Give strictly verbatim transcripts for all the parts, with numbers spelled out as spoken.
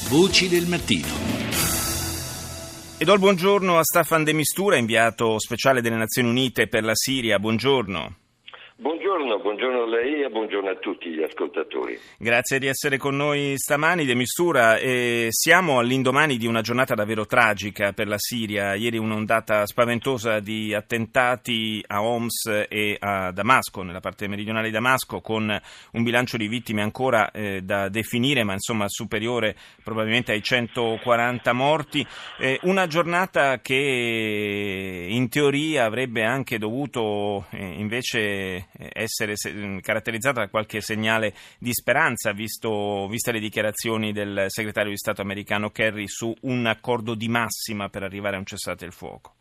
Voci del mattino. E do il buongiorno a Staffan de Mistura, inviato speciale delle Nazioni Unite per la Siria. Buongiorno. Buongiorno, buongiorno a lei e buongiorno a tutti gli ascoltatori. Grazie di essere con noi stamani. De Mistura, eh, siamo all'indomani di una giornata davvero tragica per la Siria. Ieri un'ondata spaventosa di attentati a Homs e a Damasco, nella parte meridionale di Damasco, con un bilancio di vittime ancora eh, da definire, ma insomma superiore probabilmente ai centoquaranta morti. Eh, una giornata che in teoria avrebbe anche dovuto eh, invece essere caratterizzata da qualche segnale di speranza, visto, viste le dichiarazioni del segretario di Stato americano Kerry su un accordo di massima per arrivare a un cessate il fuoco.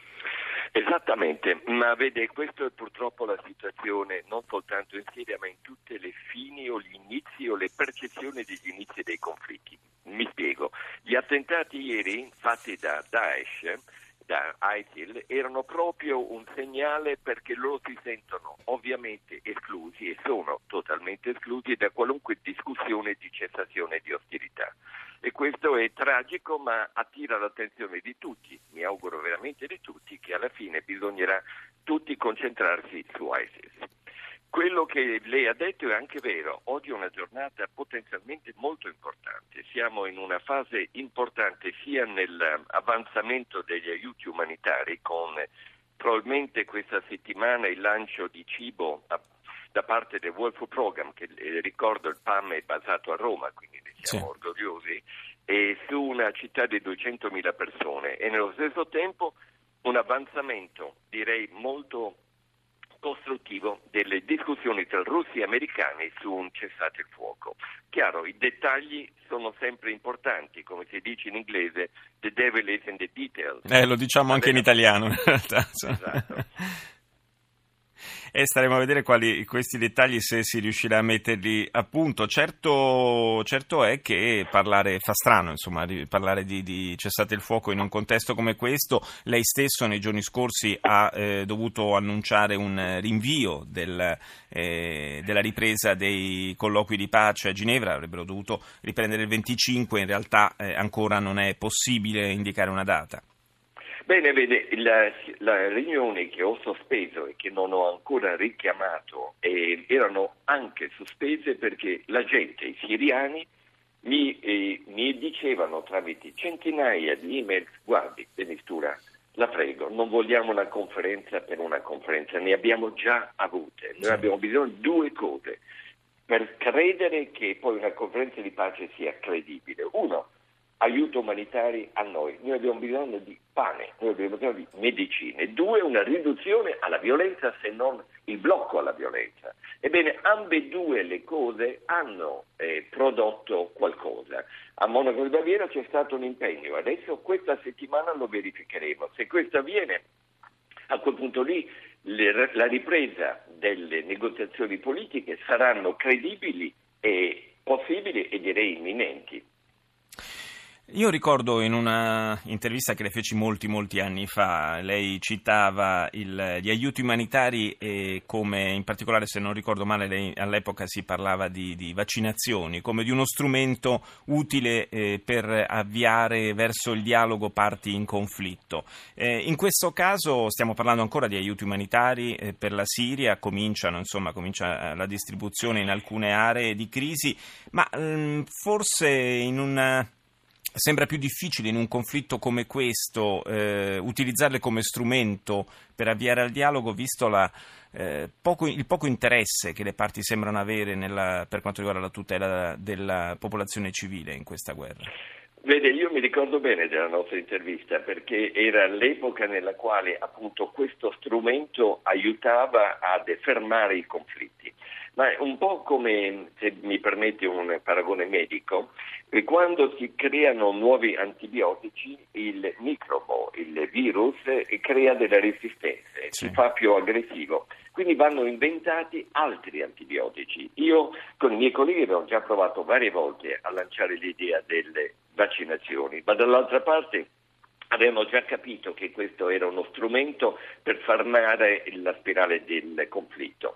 Esattamente, ma vede, questa è purtroppo la situazione non soltanto in Siria, ma in tutte le fini o gli inizi o le percezioni degli inizi dei conflitti. Mi spiego, gli attentati ieri fatti da Daesh, da ISIL, erano proprio un segnale perché loro si sentono ovviamente esclusi e sono totalmente esclusi da qualunque discussione di cessazione di ostilità. E questo è tragico, ma attira l'attenzione di tutti, mi auguro veramente di tutti, che alla fine bisognerà tutti concentrarsi su ISIS. Quello che lei ha detto è anche vero, oggi è una giornata potenzialmente molto importante, siamo in una fase importante sia nell'avanzamento degli aiuti umanitari con probabilmente questa settimana il lancio di cibo a, da parte del World Food Program, che eh, ricordo il P A M è basato a Roma, quindi ne siamo sì. orgogliosi, e su una città di duecentomila persone e nello stesso tempo un avanzamento direi molto costruttivo delle discussioni tra russi e americani su un cessate il fuoco. Chiaro, i dettagli sono sempre importanti, come si dice in inglese, the devil is in the details. Eh, lo diciamo anche in italiano in realtà. Esatto. E staremo a vedere quali questi dettagli, se si riuscirà a metterli a punto. Certo, certo è che parlare fa strano, insomma, parlare di, di cessate il fuoco in un contesto come questo. Lei stesso nei giorni scorsi ha eh, dovuto annunciare un rinvio del, eh, della ripresa dei colloqui di pace a Ginevra. Avrebbero dovuto riprendere il venticinque, in realtà eh, ancora non è possibile indicare una data. Bene, vede, la, la riunione che ho sospeso e che non ho ancora richiamato eh, erano anche sospese perché la gente, i siriani, mi, eh, mi dicevano tramite centinaia di email: guardi, De Mistura, la prego, non vogliamo una conferenza per una conferenza, ne abbiamo già avute, noi abbiamo bisogno di due cose per credere che poi una conferenza di pace sia credibile. Uno, aiuto umanitari a noi, noi abbiamo bisogno di pane, noi abbiamo bisogno di medicine. Due, una riduzione alla violenza, se non il blocco alla violenza. Ebbene, ambedue le cose hanno eh, prodotto qualcosa. A Monaco di Baviera c'è stato un impegno, adesso questa settimana lo verificheremo. Se questo avviene, a quel punto lì le, la ripresa delle negoziazioni politiche saranno credibili e possibili e direi imminenti. Io ricordo in una intervista che le feci molti molti anni fa, lei citava il, gli aiuti umanitari e come, in particolare, se non ricordo male, lei, all'epoca si parlava di, di vaccinazioni, come di uno strumento utile eh, per avviare verso il dialogo parti in conflitto. Eh, in questo caso stiamo parlando ancora di aiuti umanitari eh, per la Siria, cominciano, insomma, comincia la distribuzione in alcune aree di crisi, ma mh, forse in una... Sembra più difficile in un conflitto come questo eh, utilizzarle come strumento per avviare al dialogo, visto la, eh, poco, il poco interesse che le parti sembrano avere nella, per quanto riguarda la tutela della popolazione civile in questa guerra. Vede, io mi ricordo bene della nostra intervista perché era l'epoca nella quale appunto questo strumento aiutava a fermare i conflitti. Ma è un po' come, se mi permette un paragone medico, quando si creano nuovi antibiotici il microbo, il virus, crea delle resistenze, sì. Si fa più aggressivo. Quindi vanno inventati altri antibiotici. Io con i miei colleghi abbiamo già provato varie volte a lanciare l'idea delle vaccinazioni, ma dall'altra parte avevamo già capito che questo era uno strumento per fermare la spirale del conflitto.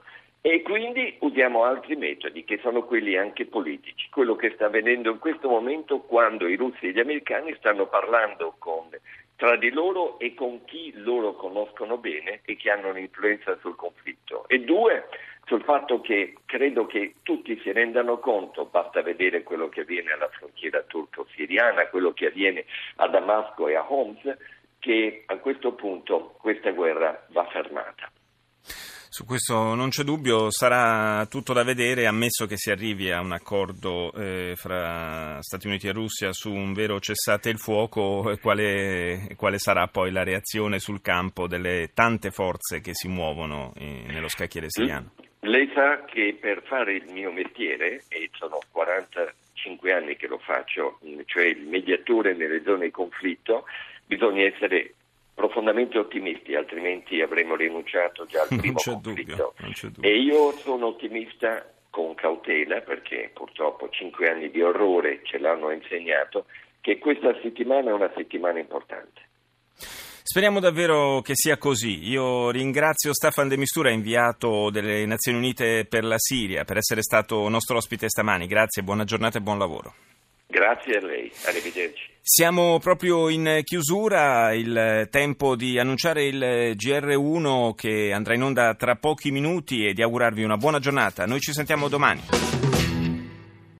E quindi usiamo altri metodi, che sono quelli anche politici. Quello che sta avvenendo in questo momento, quando i russi e gli americani stanno parlando con, tra di loro e con chi loro conoscono bene e che hanno un'influenza sul conflitto. E due, sul fatto che credo che tutti si rendano conto, basta vedere quello che avviene alla frontiera turco-siriana, quello che avviene a Damasco e a Homs, che a questo punto questa guerra va fermata. Su questo non c'è dubbio, sarà tutto da vedere, ammesso che si arrivi a un accordo eh, fra Stati Uniti e Russia su un vero cessate il fuoco, e quale, quale sarà poi la reazione sul campo delle tante forze che si muovono eh, nello scacchiere siriano. Lei sa che per fare il mio mestiere, e sono quarantacinque anni che lo faccio, cioè il mediatore nelle zone di conflitto, bisogna essere profondamente ottimisti, altrimenti avremmo rinunciato già al primo non c'è conflitto. Dubbio, non c'è dubbio. E io sono ottimista con cautela, perché purtroppo cinque anni di orrore ce l'hanno insegnato, che questa settimana è una settimana importante. Speriamo davvero che sia così. Io ringrazio Staffan de Mistura, inviato delle Nazioni Unite per la Siria, per essere stato nostro ospite stamani. Grazie, buona giornata e buon lavoro. Grazie a lei, arrivederci. Siamo proprio in chiusura, il tempo di annunciare il G R uno che andrà in onda tra pochi minuti e di augurarvi una buona giornata. Noi ci sentiamo domani.